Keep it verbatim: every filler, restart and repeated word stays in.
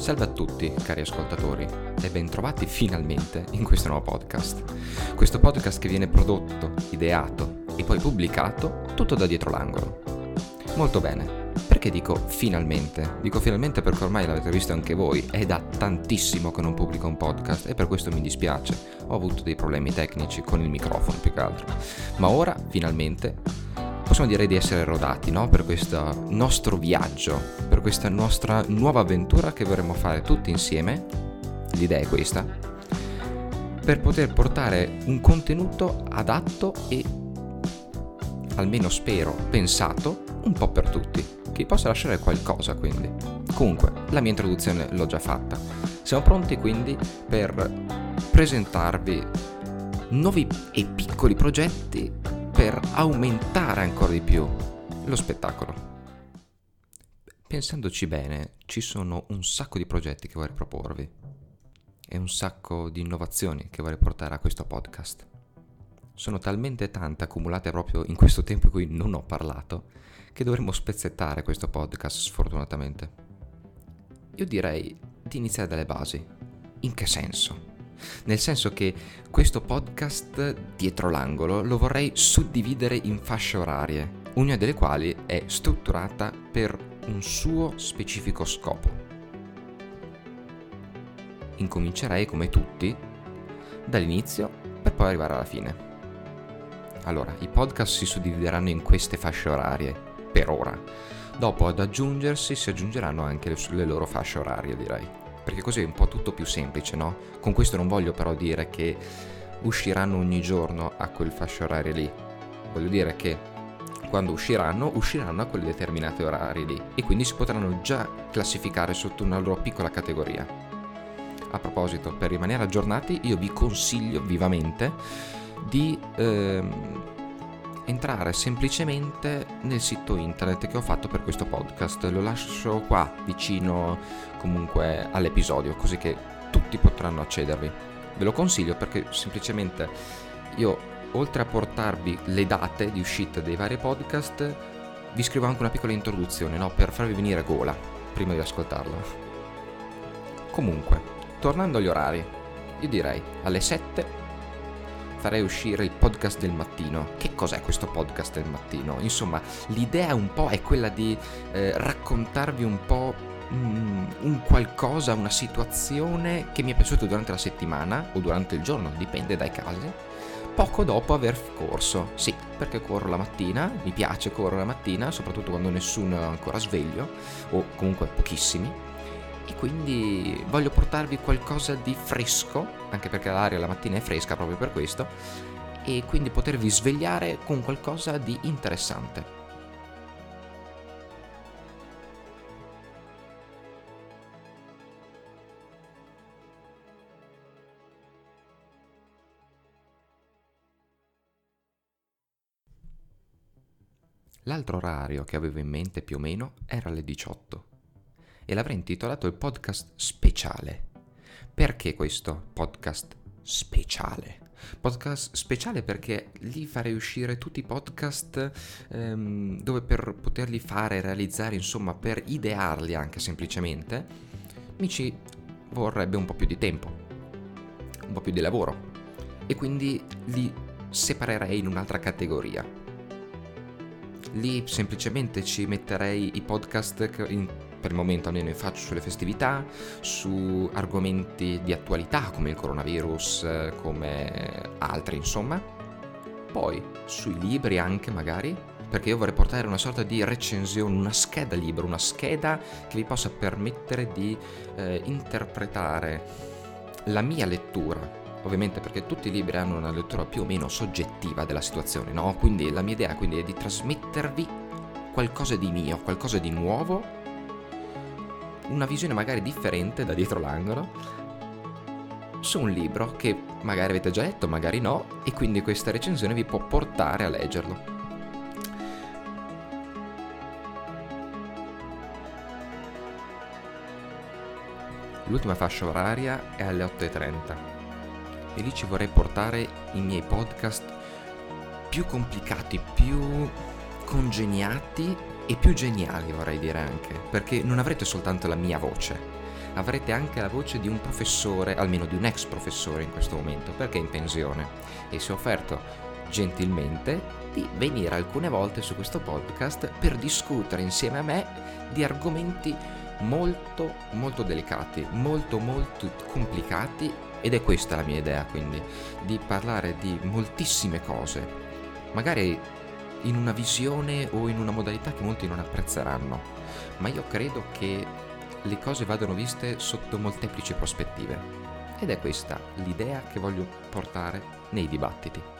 Salve a tutti, cari ascoltatori, e bentrovati finalmente in questo nuovo podcast. Questo podcast che viene prodotto, ideato e poi pubblicato tutto da dietro l'angolo. Molto bene, perché dico finalmente? Dico finalmente perché ormai l'avete visto anche voi, è da tantissimo che non pubblico un podcast e per questo mi dispiace. Ho avuto dei problemi tecnici con il microfono più che altro, ma ora finalmente possiamo dire di essere rodati, no? Per questo nostro viaggio, per questa nostra nuova avventura che vorremmo fare tutti insieme. L'idea è questa, per poter portare un contenuto adatto e, almeno spero, pensato un po' per tutti, che possa lasciare qualcosa. Quindi comunque la mia introduzione l'ho già fatta, siamo pronti quindi per presentarvi nuovi e piccoli progetti per aumentare ancora di più lo spettacolo. Pensandoci bene, ci sono un sacco di progetti che vorrei proporvi e un sacco di innovazioni che vorrei portare a questo podcast. Sono talmente tante accumulate proprio in questo tempo in cui non ho parlato che dovremmo spezzettare questo podcast, sfortunatamente. Io direi di iniziare dalle basi. In che senso? Nel senso che questo podcast dietro l'angolo lo vorrei suddividere in fasce orarie, ognuna delle quali è strutturata per un suo specifico scopo. Incomincerei, come tutti, dall'inizio per poi arrivare alla fine. Allora, i podcast si suddivideranno in queste fasce orarie, per ora. Dopo, ad aggiungersi, si aggiungeranno anche le, le loro fasce orarie, direi. Perché così è un po' tutto più semplice, no? Con questo non voglio però dire che usciranno ogni giorno a quel fascio orario lì. Voglio dire che quando usciranno, usciranno a quelle determinate orari lì e quindi si potranno già classificare sotto una loro piccola categoria. A proposito, per rimanere aggiornati, io vi consiglio vivamente di ehm, entrare semplicemente nel sito internet che ho fatto per questo podcast. Lo lascio qua vicino comunque all'episodio, così che tutti potranno accedervi. Ve lo consiglio perché semplicemente io, oltre a portarvi le date di uscita dei vari podcast, vi scrivo anche una piccola introduzione, no? Per farvi venire gola prima di ascoltarlo. Comunque, tornando agli orari, io direi alle sette farei uscire il podcast del mattino. Che cos'è questo podcast del mattino? Insomma, l'idea un po' è quella di eh, raccontarvi un po' mm, un qualcosa, una situazione che mi è piaciuta durante la settimana o durante il giorno, dipende dai casi, poco dopo aver corso. Sì, perché corro la mattina, mi piace correre la mattina, soprattutto quando nessuno è ancora sveglio, o comunque pochissimi. E quindi voglio portarvi qualcosa di fresco, anche perché l'aria la mattina è fresca proprio per questo, e quindi potervi svegliare con qualcosa di interessante. L'altro orario che avevo in mente più o meno era alle diciotto. E l'avrei intitolato il podcast speciale. Perché questo podcast speciale? Podcast speciale perché lì farei uscire tutti i podcast ehm, dove per poterli fare, realizzare, insomma per idearli anche semplicemente, mi ci vorrebbe un po' più di tempo, un po' più di lavoro, e quindi li separerei in un'altra categoria. Lì semplicemente ci metterei i podcast che in per il momento almeno faccio sulle festività, su argomenti di attualità come il coronavirus, come altri insomma. Poi sui libri anche magari, perché io vorrei portare una sorta di recensione, una scheda libro, una scheda che vi possa permettere di eh, interpretare la mia lettura. Ovviamente perché tutti i libri hanno una lettura più o meno soggettiva della situazione, no? Quindi la mia idea quindi è di trasmettervi qualcosa di mio, qualcosa di nuovo, una visione magari differente da dietro l'angolo su un libro che magari avete già letto, magari no, e quindi questa recensione vi può portare a leggerlo. L'ultima fascia oraria è alle otto e trenta e lì ci vorrei portare i miei podcast più complicati, più congeniati e più geniali, vorrei dire anche, perché non avrete soltanto la mia voce, avrete anche la voce di un professore, almeno di un ex professore in questo momento, perché è in pensione, e si è offerto gentilmente di venire alcune volte su questo podcast per discutere insieme a me di argomenti molto molto delicati, molto molto complicati, ed è questa la mia idea, quindi di parlare di moltissime cose, magari in una visione o in una modalità che molti non apprezzeranno, ma io credo che le cose vadano viste sotto molteplici prospettive, ed è questa l'idea che voglio portare nei dibattiti.